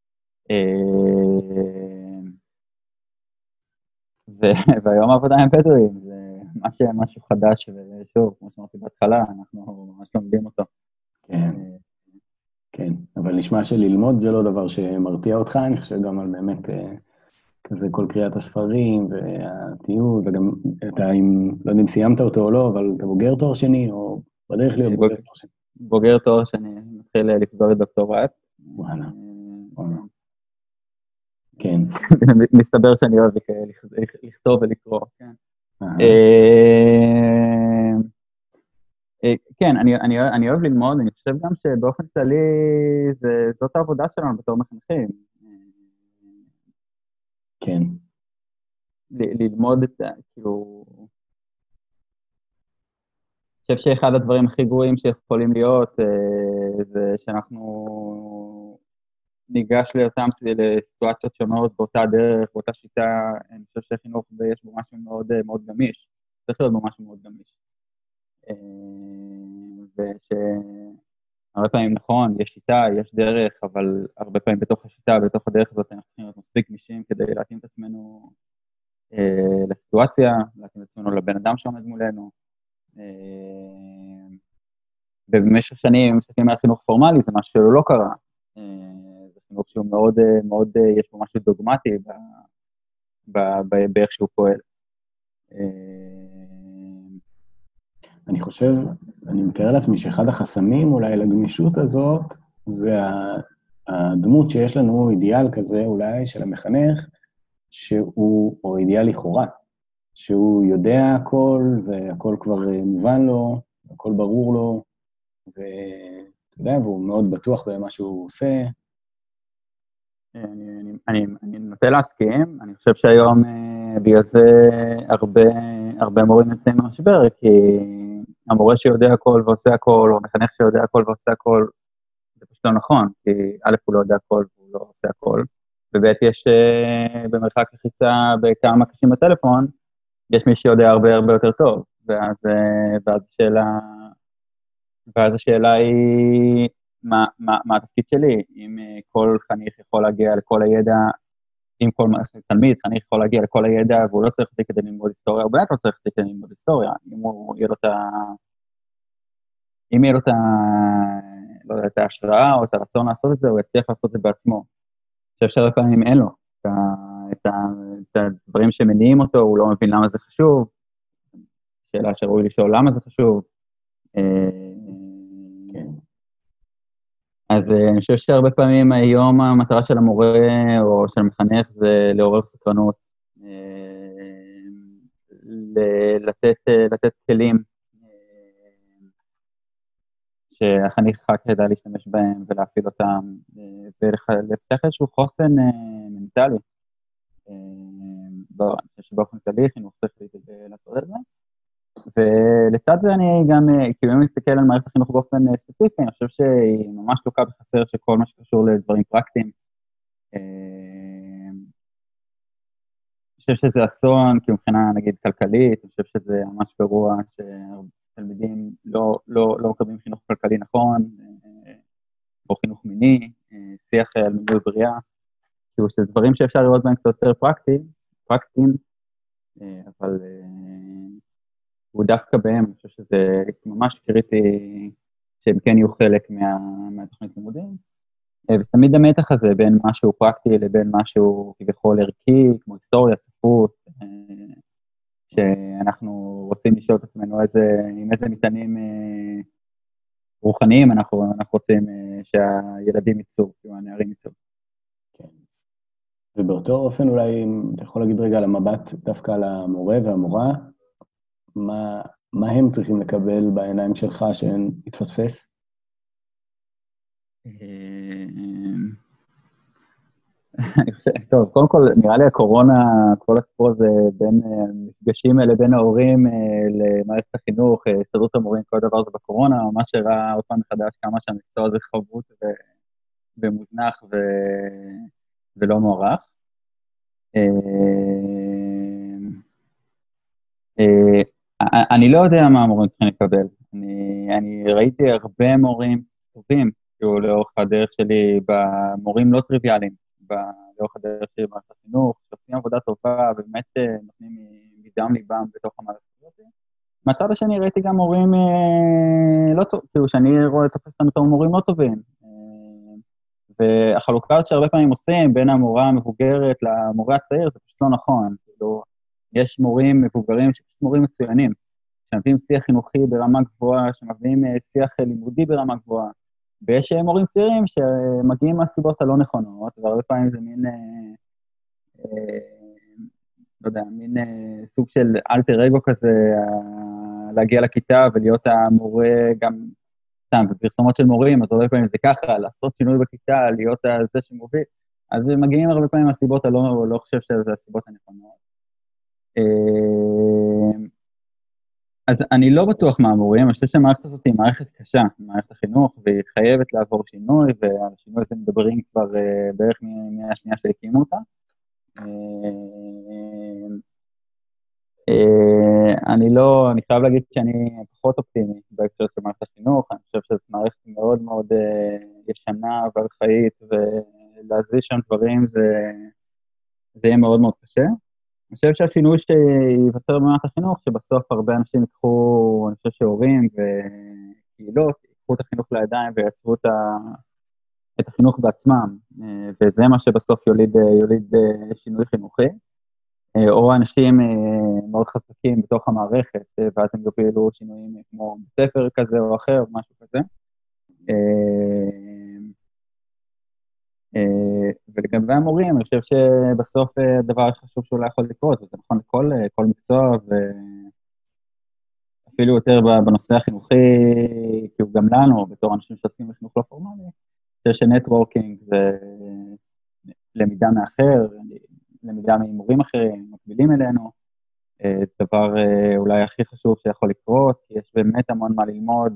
והיום העבודה עם בדואים זה משהו, משהו חדש, ושוב, כמו שאמרתי בהתחלה, אנחנו ממש לומדים אותו. כן. כן, אבל נשמע שללמוד זה לא דבר שמרתיע אותך, אני חושב גם על באמת אה, כזה כל קריאת הספרים והתיעוד, וגם אתה אם, לא יודע אם סיימת אותו או לא, אבל אתה בוגר תואר שני, או בדרך להיות בוגר תואר שני. בוגר תואר שני, מתחיל לפזור את דוקטורט. וואלה, וואלה. כן. מסתבר שאני אוהב לכתוב ולקרוא, כן. כן, אני, אני, אני אוהב ללמוד, אני חושב גם שבאופן כללי זה, זאת העבודה שלנו בתור מחנכים. כן. ל, ללמוד את, כאילו... אני חושב שאחד הדברים הכי גרועים שיכולים להיות, זה שאנחנו ניגש לאותם לסיטואציות שונות באותה דרך, באותה שיטה, אני חושב שהחינוך יש בו משהו מאוד, מאוד גמיש, צריך להיות בו משהו מאוד גמיש. ושהרבה פעמים נכון, יש שיטה, יש דרך, אבל הרבה פעמים בתוך השיטה, בתוך הדרך הזאת, אנחנו צריכים להיות מספיק גמישים כדי להתאים את עצמנו אה, לסיטואציה, להתאים את עצמנו לבן אדם שעומד מולנו. אה, ובמשך שנים, אם מסתכלים על חינוך פורמלי, זה משהו שלא לא קרה. אה, זה חינוך שהוא מאוד, מאוד, יש בו משהו דוגמטי ב, ב, ב, באיך שהוא פועל. אה, אני חושב, אני מתאר לעצמי שאחד החסמים אולי לגמישות הזאת, זה הדמות שיש לנו, אידיאל כזה אולי של המחנך, שהוא, או אידיאל לכאורה, שהוא יודע הכל, והכל כבר מובן לו, הכל ברור לו, ואתה יודע, והוא מאוד בטוח במה שהוא עושה. אני, אני, אני, אני נוטה להסכים, אני חושב שהיום בגלל זה הרבה, הרבה מורים נמצאים במשבר, כי המורה שיודע הכל ועושה הכל, או המחנך שיודע הכל ועושה הכל, זה פשוט לא נכון, כי א' הוא לא יודע הכל והוא לא עושה הכל, וב' יש במרחק לחיצה בכמה מקשים בטלפון, יש מי שיודע הרבה הרבה יותר טוב, ואז, ואז השאלה, ואז השאלה היא, מה, מה, מה התפקיד שלי? אם כל חניך יכול להגיע לכל הידע אם כל תלמיד, חניך יכול להגיע לכל הידע, והוא לא צריך אותי כדי ללמוד היסטוריה, הוא באמת לא צריך אותי כדי ללמוד היסטוריה, אם הוא יהיה לו את ה... אם יהיה לו את ה... לא יודע, את ההשראה או את הרצון לעשות את זה, הוא יצליח לעשות את זה בעצמו. אני חושב שהרבה פעמים אין לו את, ה... את, ה... את הדברים שמניעים אותו, הוא לא מבין למה זה חשוב, שאלה שראוי לשאול למה זה חשוב. כן. אז אני חושב שהרבה פעמים היום המטרה של המורה או של המחנך זה לעורר סקרנות, לתת, לתת כלים שהחניך רק ידע להשתמש בהם ולהפעיל אותם, ולפתח איזשהו חוסן מנטלי. אני חושב שבאופן כללי חינוך צריך לעשות את זה. ולצד זה אני גם, כאילו אם מסתכל על מערכת החינוך באופן ספציפי, אני חושב שהיא ממש לוקה בחסר של כל מה שקשור לדברים פרקטיים. אני חושב שזה אסון, כי מבחינה נגיד כלכלית, אני חושב שזה ממש גרוע שתלמידים לא, לא, לא מקבלים חינוך כלכלי נכון, או חינוך מיני, שיח על מינוי בריאה, כאילו שזה דברים שאפשר לראות בהם קצת יותר פרקטיים, פרקטיים, אבל הוא דווקא בהם, אני חושב שזה ממש קריטי שהם כן יהיו חלק מה, מהתוכנית לימודים, וזה תמיד המתח הזה בין משהו פרקטי לבין משהו כביכול ערכי, כמו היסטוריה, ספרות, שאנחנו רוצים לשאול את עצמנו איזה, עם איזה מטענים רוחניים אנחנו, אנחנו רוצים שהילדים ייצאו, כאילו הנערים ייצאו. כן. ובאותו אופן אולי, אתה יכול להגיד רגע על המבט דווקא על המורה והמורה, מה, מה הם צריכים לקבל בעיניים שלך שהן יתפספס? טוב, קודם כל, נראה לי הקורונה, כל הסיפור הזה בין מפגשים האלה, בין ההורים למערכת החינוך, הסתדרות המורים, כל דבר זה בקורונה, ממש הראה עוד פעם מחדש כמה שהמקצוע הזה חבוט ומוזנח ולא מוערך. אני לא יודע מה המורים צריכים לקבל. אני ראיתי הרבה מורים טובים, כאילו לאורך הדרך שלי, במורים לא טריוויאליים, לאורך הדרך שלי במערכת החינוך, שעושים עבודה טובה, ובאמת נותנים מדם ליבם בתוך המערכת הזאת. מהצד השני ראיתי גם מורים לא טוב, כאילו שאני רואה תופס אותם בתור מורים לא טובים. והחלוקות שהרבה פעמים עושים בין המורה המבוגרת למורה הצעיר, זה פשוט לא נכון. כאילו, יש מורים מבוגרים שפשוט מורים מצוינים, שמביאים שיח חינוכי ברמה גבוהה, שמביאים שיח לימודי ברמה גבוהה, ויש מורים צעירים שמגיעים מהסיבות הלא נכונות, והרבה פעמים זה מין, אה, אה, לא יודע, מין אה, סוג של אלטר אגו כזה, אה, להגיע לכיתה ולהיות המורה גם, סתם, בפרסומות של מורים, אז הרבה פעמים זה ככה, לעשות שינוי בכיתה, להיות זה שמוביל, אז מגיעים הרבה פעמים מהסיבות הלא, לא חושב שזה הסיבות הנכונות. אז אני לא בטוח מה המורים, אני חושב שהמערכת הזאת היא מערכת קשה, מערכת החינוך, והיא חייבת לעבור שינוי, והשינוי הזה מדברים כבר בערך מהשנייה שהקימו אותה. אני לא, אני חייב להגיד שאני פחות אופטימי בהקשר של מערכת החינוך, אני חושב שזאת מערכת מאוד מאוד ישנה וארכאית, ולהזיז שם דברים זה, זה יהיה מאוד מאוד קשה. אני חושב שהשינוי שיווצר במערכת החינוך, שבסוף הרבה אנשים יקחו, אני חושב שהורים וקהילות, יקחו את החינוך לידיים ויצרו את, ה, את החינוך בעצמם, וזה מה שבסוף יוליד, יוליד שינוי חינוכי, או אנשים מאוד חזקים בתוך המערכת, ואז הם יובילו שינויים כמו ספר כזה או אחר, משהו כזה. ולגבי המורים, אני חושב שבסוף הדבר החשוב שאולי יכול לקרות, וזה נכון לכל כל מקצוע, ואפילו יותר בנושא החינוכי, כאילו גם לנו, בתור אנשים שעושים בחינוך לא פורמלי, אני חושב שנטוורקינג זה למידה מאחר, למידה ממורים אחרים, מקבילים אלינו, זה דבר אולי הכי חשוב שיכול לקרות, כי יש באמת המון מה ללמוד,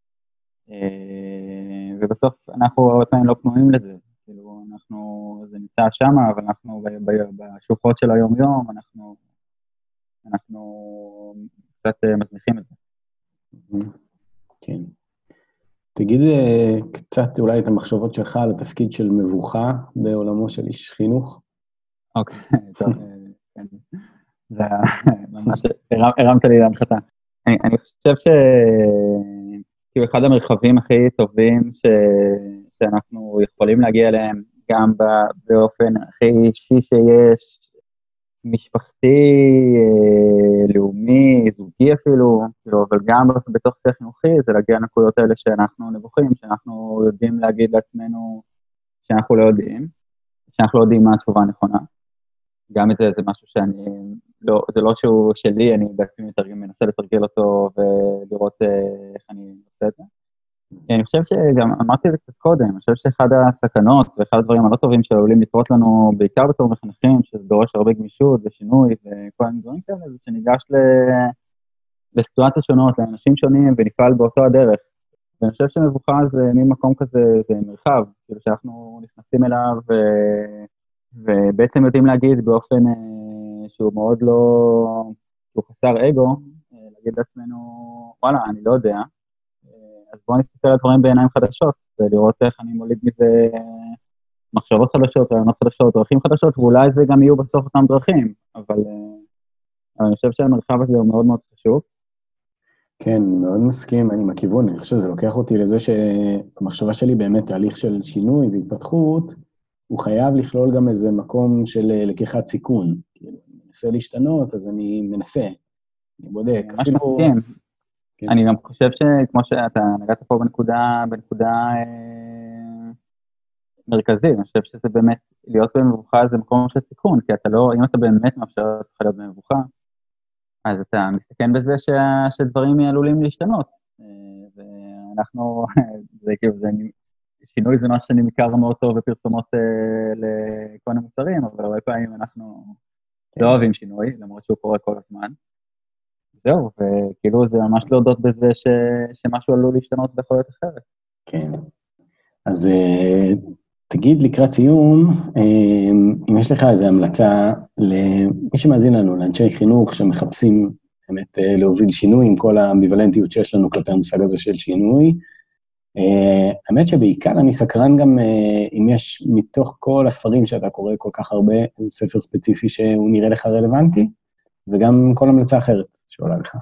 ובסוף אנחנו הרבה פעמים לא פנויים לזה. כאילו, אנחנו, זה נמצא שם, אבל אנחנו בשוחות של היום-יום, אנחנו, אנחנו קצת מזניחים את זה. כן. תגיד קצת אולי את המחשבות שלך על התפקיד של מבוכה בעולמו של איש חינוך. אוקיי, טוב, כן. זה ממש, הרמת לי להנחתה. אני, אני חושב ש... כאילו אחד המרחבים הכי טובים ש... שאנחנו יכולים להגיע אליהם, גם באופן הכי אישי שיש, משפחתי, לאומי, זוגי אפילו, כאילו, אבל גם בתוך שיח חינוכי, זה להגיע לנקודות האלה שאנחנו נבוכים, שאנחנו יודעים להגיד לעצמנו שאנחנו לא יודעים, שאנחנו לא יודעים מה התשובה הנכונה. גם את זה, זה משהו שאני, לא, זה לא שהוא שלי, אני בעצמי מתרגם, מנסה לתרגל אותו ולראות איך אני עושה את זה. אני חושב שגם, אמרתי את זה קצת קודם, אני חושב שאחד הסכנות ואחד הדברים הלא טובים שעלולים לקרות לנו, בעיקר בתור מחנכים, שזה דורש הרבה גמישות ושינוי וכל מיני דברים כאלה, זה שניגש ל... לסיטואציות שונות, לאנשים שונים ונפעל באותו הדרך. ואני חושב שמבוכה זה ממקום כזה, זה מרחב, כאילו שאנחנו נכנסים אליו ו... ובעצם יודעים להגיד באופן שהוא מאוד לא, שהוא חסר אגו, להגיד לעצמנו, וואלה, אני לא יודע, אז בואו נסתכל על דברים בעיניים חדשות, ולראות איך אני מוליד מזה מחשבות חדשות, רעיונות חדשות, דרכים חדשות, ואולי זה גם יהיו בסוף אותם דרכים, אבל, אבל אני חושב שהמרחב הזה הוא מאוד מאוד חשוב. כן, מאוד מסכים, אני עם הכיוון, אני חושב שזה לוקח אותי לזה שהמחשבה שלי באמת תהליך של שינוי והתפתחות, הוא חייב לכלול גם איזה מקום של לקיחת סיכון. כאילו, אני מנסה להשתנות, אז אני מנסה, אני בודק. ממש מסכים. כן. אני גם חושב שכמו שאתה נגעת פה בנקודה, בנקודה אה, מרכזית, אני חושב שזה באמת, להיות במבוכה זה מקום של סיכון, כי אתה לא, אם אתה באמת מאפשר לך להיות במבוכה, אז אתה מסתכן בזה שה, שדברים עלולים להשתנות. אה, ואנחנו, זה כאילו, זה... שינוי זה משהו שאני מכיר מאוד טוב בפרסומות אה, לכל המוצרים, אבל הרבה פעמים אנחנו כן. לא אוהבים שינוי, למרות שהוא קורה כל הזמן. זהו, וכאילו זה ממש להודות בזה ש... שמשהו עלול להשתנות בכל עת אחרת. כן. אז אה, תגיד לקראת סיום, אה, אם יש לך איזו המלצה למי שמאזין לנו, לאנשי חינוך שמחפשים באמת אה, להוביל שינוי עם כל האמביוולנטיות שיש לנו כלפי המושג הזה של שינוי, Uh, האמת שבעיקר אני סקרן גם uh, אם יש מתוך כל הספרים שאתה קורא כל כך הרבה, איזה ספר ספציפי שהוא נראה לך רלוונטי, וגם כל המלצה אחרת שעולה לך.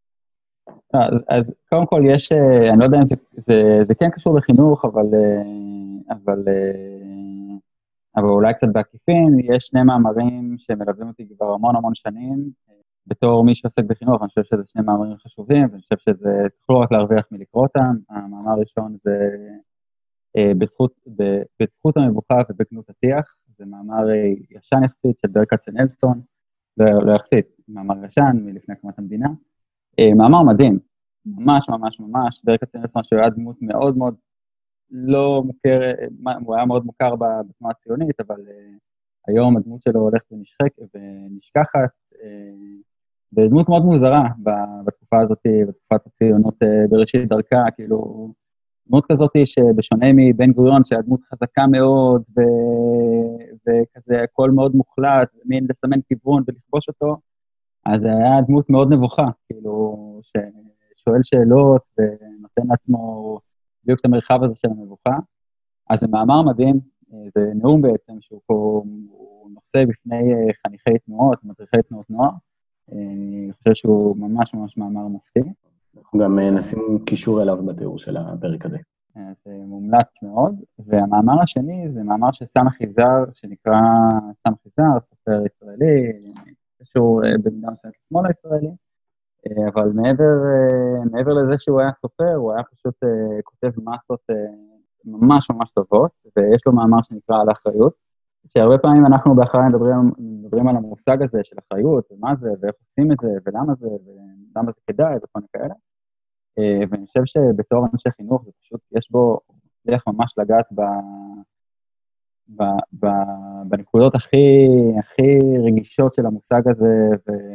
אז, אז קודם כל יש, uh, אני לא יודע אם זה, זה, זה כן קשור לחינוך, אבל, uh, אבל, uh, אבל אולי קצת בעקיפין, יש שני מאמרים שמלווים אותי כבר המון המון שנים, בתור מי שעוסק בחינוך, אני חושב שזה שני מאמרים חשובים, ואני חושב שזה תוכלו רק להרוויח מלקרוא אותם. המאמר הראשון זה אה, בזכות, ב, בזכות המבוכה ובגנות הטיח, זה מאמר אה, ישן יחסית של ברל כצנלסון, לא, לא יחסית, מאמר ישן מלפני הקמת המדינה, אה, מאמר מדהים, ממש ממש ממש, ברל כצנלסון שהוא היה דמות מאוד מאוד לא מוכר, הוא היה מאוד מוכר בתנועה הציונית, אבל אה, היום הדמות שלו הולכת ונשחק, ונשכחת, אה, בדמות מאוד מוזרה בתקופה הזאת, בתקופת הציונות בראשית דרכה, כאילו, דמות כזאת שבשונה מבן גוריון, שהדמות חזקה מאוד, וכזה הכל מאוד מוחלט, מין לסמן כיוון ולכבוש אותו, אז זה היה דמות מאוד נבוכה, כאילו, ששואל שאלות ונותן לעצמו בדיוק את המרחב הזה של המבוכה. אז זה מאמר מדהים, זה נאום בעצם, שהוא נושא בפני חניכי תנועות, מדריכי תנועות נוער, אני חושב שהוא ממש ממש מאמר מופתי. אנחנו גם נשים קישור אליו בתיאור של הפרק הזה. זה מומלץ מאוד, והמאמר השני זה מאמר של סמך יזהר, שנקרא סמך יזהר, סופר ישראלי, קשור במידה מסוימת לשמאל הישראלי, אבל מעבר, מעבר לזה שהוא היה סופר, הוא היה פשוט כותב מסות ממש ממש טובות, ויש לו מאמר שנקרא על האחריות, שהרבה פעמים אנחנו באחריים מדברים, מדברים על המושג הזה של אחריות, ומה זה, ואיך עושים את זה, ולמה זה, ולמה זה כדאי, וכל מיני כאלה. ואני חושב שבתור אנשי חינוך, זה פשוט, יש בו, צריך ממש לגעת ב, ב, ב, בנקודות הכי, הכי רגישות של המושג הזה,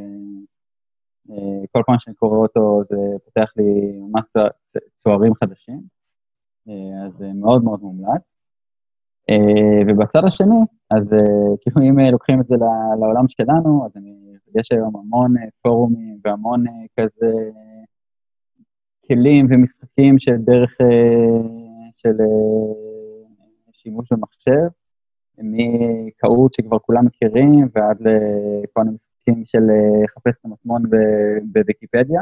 וכל פעם שאני קורא אותו, זה פותח לי ממש צוערים חדשים, אז זה מאוד מאוד מומלץ. ובצד השני, אז כאילו אם לוקחים את זה לעולם שלנו, אז אני, יש היום המון פורומים והמון כזה כלים ומשחקים של דרך של שימוש במחשב, מקהות שכבר כולם מכירים, ועד לכל מיני משחקים של לחפש את המטמון בוויקיפדיה.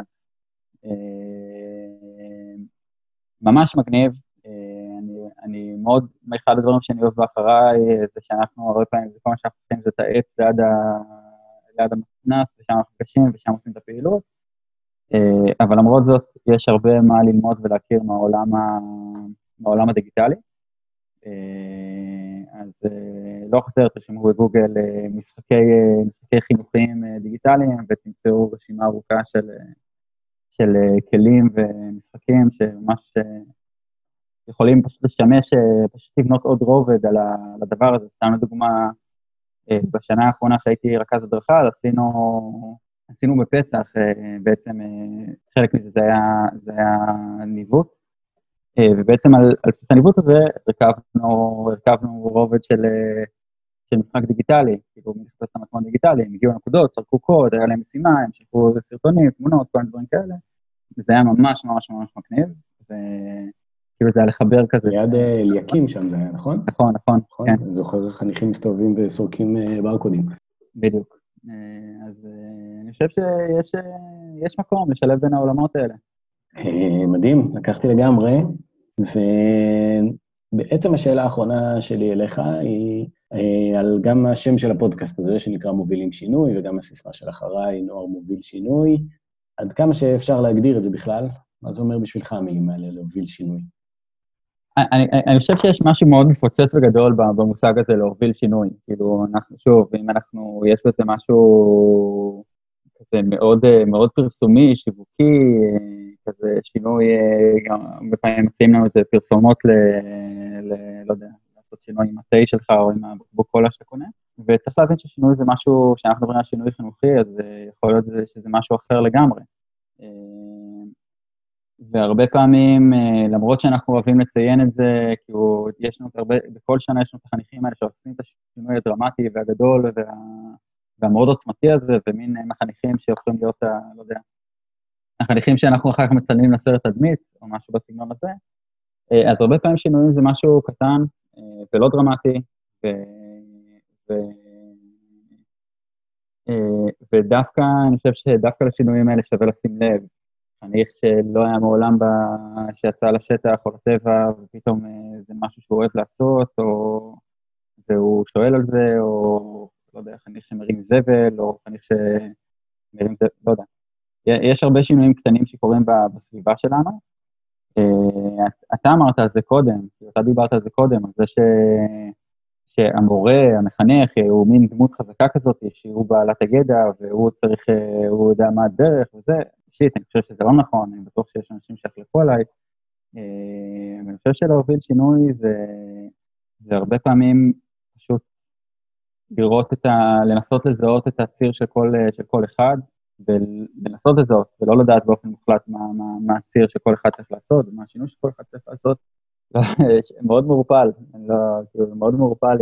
ממש מגניב. אני, אני מאוד, אחד הדברים שאני אוהב באחריי, זה שאנחנו הרבה פעמים, זה כל מה שאנחנו עושים, זה את העץ ליד, ה, ליד המתנ"ס, ושם אנחנו פגשים, ושם עושים את הפעילות. אבל למרות זאת, יש הרבה מה ללמוד ולהכיר מהעולם, ה, מהעולם הדיגיטלי. אז לא חסר, תרשמו בגוגל משחקי, משחקי חינוכיים דיגיטליים, ותמצאו רשימה ארוכה של, של כלים ומשחקים שממש יכולים פשוט לשמש, פשוט לבנות עוד רובד על הדבר הזה. סתם לדוגמה, בשנה האחרונה שהייתי רכז הדרכה, אז עשינו, עשינו בפסח, בעצם חלק מזה זה היה, זה היה ניווט, ובעצם על, על בסיס הניווט הזה הרכבנו, הרכבנו רובד של, של משחק דיגיטלי, כאילו מחפש המטמון דיגיטלי, הם הגיעו נקודות, צרכו קוד, היה להם משימה, הם שלחו סרטונים, תמונות, כל מיני דברים כאלה, זה היה ממש ממש ממש מגניב, וכאילו זה היה לחבר כזה. ליד אליקים שם זה היה, נכון? נכון, נכון, נכון? כן. אני זוכר חניכים מסתובבים וסורקים ברקודים. בדיוק. אז אני חושב שיש יש מקום לשלב בין העולמות האלה. מדהים, לקחתי לגמרי, ובעצם השאלה האחרונה שלי אליך היא על גם השם של הפודקאסט הזה, שנקרא מובילים שינוי, וגם הסיסמה של אחריי, נוער מוביל שינוי. עד כמה שאפשר להגדיר את זה בכלל? מה זה אומר בשבילך המילים האלה, להוביל שינוי? אני, אני חושב שיש משהו מאוד מפוצץ וגדול במושג הזה, להוביל שינוי. כאילו, אנחנו, שוב, אם אנחנו, יש בזה משהו כזה מאוד, מאוד פרסומי, שיווקי, כזה שינוי, גם בפעמים מציעים לנו את זה פרסומות ל, ל, לא יודע, לעשות שינוי עם התה שלך או עם הבקבוק קולה שאתה קונה, וצריך להבין ששינוי זה משהו, שאנחנו מדברים על שינוי חינוכי, אז יכול להיות שזה משהו אחר לגמרי. והרבה פעמים, למרות שאנחנו אוהבים לציין את זה, כאילו, יש לנו הרבה, בכל שנה יש לנו את החניכים האלה שעושים את השינוי הדרמטי והגדול וה, והמאוד עוצמתי הזה, ומין מחניכים שהופכים להיות, ה, לא יודע, החניכים שאנחנו אחר כך מצלמים לסרט תדמית, או משהו בסגנון הזה. אז הרבה פעמים שינויים זה משהו קטן ולא דרמטי, ו, ו, ודווקא, אני חושב שדווקא לשינויים האלה שווה לשים לב, חניך שלא היה מעולם ב... שיצא לשטח או לטבע, ופתאום זה משהו שהוא אוהב לעשות, או... והוא שואל על זה, או לא יודע, חניך שמרים זבל, או חניך שמרים זבל, לא יודע. יש הרבה שינויים קטנים שקורים בסביבה שלנו. אתה אמרת על זה קודם, אתה דיברת על זה קודם, על זה ש... שהמורה, המחנך, הוא מין דמות חזקה כזאת, שהוא בעלת הידע, והוא צריך, הוא יודע מה הדרך, וזה, אישית, אני חושב שזה לא נכון, אני בטוח שיש אנשים שיחלקו עליי, אני חושב שלהוביל שינוי זה, זה הרבה פעמים פשוט לראות את ה... לנסות לזהות את הציר של כל, של כל אחד, ולנסות לזהות, ולא לדעת באופן מוחלט מה, מה, מה הציר שכל אחד צריך לעשות, ומה השינוי שכל אחד צריך לעשות, מאוד מורפל, אני לא, כאילו, מאוד מורפל.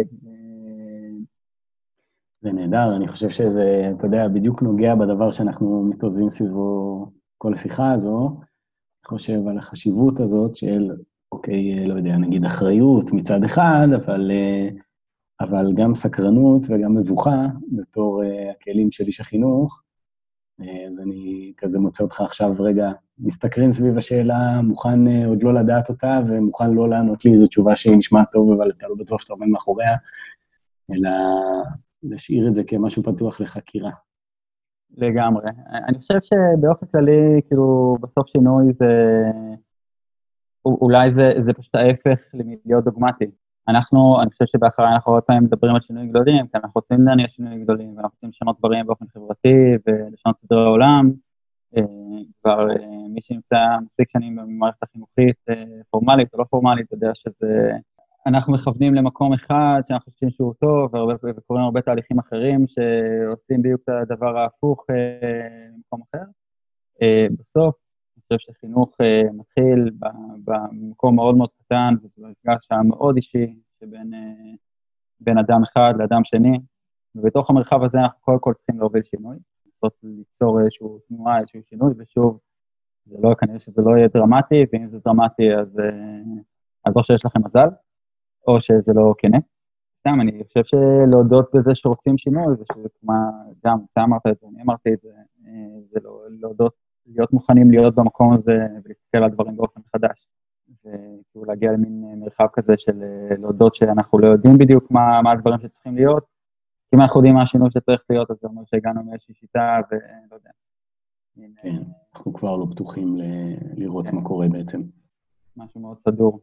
זה נהדר, אני חושב שזה, אתה יודע, בדיוק נוגע בדבר שאנחנו מסתובבים סביבו כל השיחה הזו, אני חושב על החשיבות הזאת של, אוקיי, לא יודע, נגיד אחריות מצד אחד, אבל, אבל גם סקרנות וגם מבוכה בתור הכלים של איש החינוך, אז אני כזה מוצא אותך עכשיו רגע, מסתקרין סביב השאלה, מוכן עוד לא לדעת אותה, ומוכן לא לענות לי איזו תשובה שהיא נשמעת טוב, אבל אתה לא בטוח שאתה עומד מאחוריה, אלא להשאיר את זה כמשהו פתוח לחקירה. לגמרי. אני חושב שבאופן כללי, כאילו, בסוף שינוי זה, אולי זה, זה פשוט ההפך להיות דוגמטי. אנחנו, אני חושב שבאחרי אנחנו הרבה פעמים מדברים על שינויים גדולים, כי אנחנו רוצים להניע שינויים גדולים, ואנחנו רוצים לשנות דברים באופן חברתי, ולשנות סדרי העולם. כבר מי שנמצא מספיק שנים במערכת החינוכית, פורמלית או לא פורמלית, אתה יודע שזה... אנחנו מכוונים למקום אחד שאנחנו חושבים שהוא טוב, וקוראים הרבה תהליכים אחרים שעושים בדיוק את הדבר ההפוך למקום אחר. בסוף, אני חושב שחינוך מתחיל במקום מאוד מאוד קטן, וזה מפגש המאוד אישי שבין בין אדם אחד לאדם שני, ובתוך המרחב הזה אנחנו קודם כל צריכים להוביל שינוי, לנסות ליצור איזשהו תנועה, איזשהו שינוי, ושוב, זה לא, כנראה שזה לא יהיה דרמטי, ואם זה דרמטי, אז, אז או שיש לכם מזל, או שזה לא כנה, סתם, אני חושב שלהודות בזה שרוצים שינוי, זה שכמה, גם, אתה אמרת את זה, אני אמרתי את זה, זה לא, להודות, להיות מוכנים להיות במקום הזה, ולהסתכל על דברים באופן חדש, וכאילו להגיע למין מרחב כזה של להודות שאנחנו לא יודעים בדיוק מה, מה הדברים שצריכים להיות, אם אנחנו יודעים מה השינוי שצריך להיות, אז זה אומר שהגענו מאיזושהי שיטה, ולא יודע. כן, אנחנו כבר לא פתוחים ל- לראות מה קורה בעצם. משהו מאוד סדור.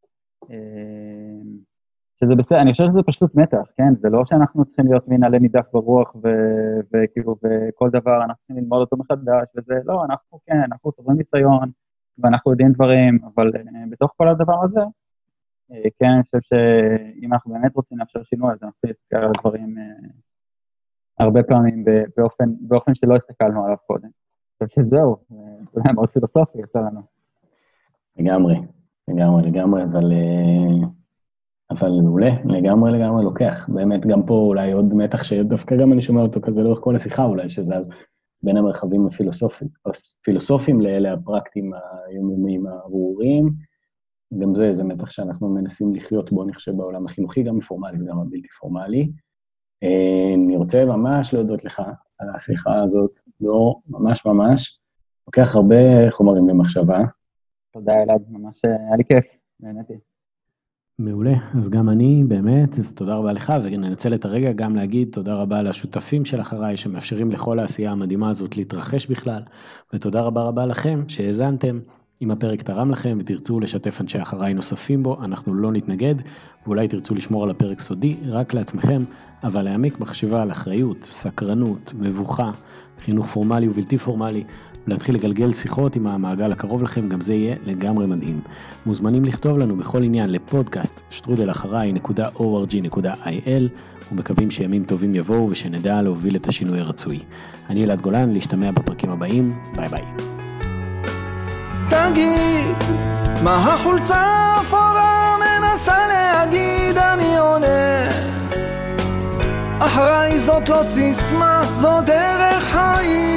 שזה בסדר, אני חושב שזה פשוט מתח, כן? זה לא שאנחנו צריכים להיות מין עלי מדף ברוח, ו- וכאילו, וכל דבר אנחנו צריכים ללמוד אותו מחדש, וזה לא, אנחנו כן, אנחנו צוברים ניסיון, ואנחנו יודעים דברים, אבל בתוך כל הדבר הזה, כן, אני חושב שאם אנחנו באמת רוצים לאפשר שינוי, אז אנחנו צריכים להסתכל על הדברים הרבה פעמים באופן, באופן שלא הסתכלנו עליו קודם. אני חושב שזהו, זה מאוד פילוסופי יצא לנו. לגמרי, לגמרי, לגמרי, אבל, אבל מעולה, לגמרי, לגמרי לוקח. באמת גם פה אולי עוד מתח שדווקא גם אני שומע אותו כזה לאורך כל השיחה אולי, שזז בין המרחבים הפילוסופיים, פילוסופיים לאלה הפרקטיים היומיומיים הברורים, גם זה, זה מתח שאנחנו מנסים לחיות בו, אני חושב, בעולם החינוכי, גם הפורמלי וגם הבלתי פורמלי. אני רוצה ממש להודות לך על השיחה הזאת, לא, ממש ממש, לוקח הרבה חומרים למחשבה. תודה אלעד, ממש היה לי כיף, נהניתי. מעולה, אז גם אני באמת, אז תודה רבה לך, וננצל את הרגע גם להגיד תודה רבה לשותפים של אחריי, שמאפשרים לכל העשייה המדהימה הזאת להתרחש בכלל, ותודה רבה רבה לכם שהאזנתם. אם הפרק תרם לכם ותרצו לשתף אנשי אחריי נוספים בו, אנחנו לא נתנגד, ואולי תרצו לשמור על הפרק סודי רק לעצמכם, אבל להעמיק מחשבה על אחריות, סקרנות, מבוכה, חינוך פורמלי ובלתי פורמלי, ולהתחיל לגלגל שיחות עם המעגל הקרוב לכם, גם זה יהיה לגמרי מדהים. מוזמנים לכתוב לנו בכל עניין לפודקאסט שטרודל אחריי נקודה או אר ג'י נקודה איי אל, ומקווים שימים טובים יבואו ושנדע להוביל את השינוי הרצוי. אני אלעד גולן, להשתמע בפרקים הבאים, ביי ביי. תגיד, מה החולצה האפורה מנסה להגיד, אני עונה. אחריי זאת לא סיסמה, זו דרך חיים.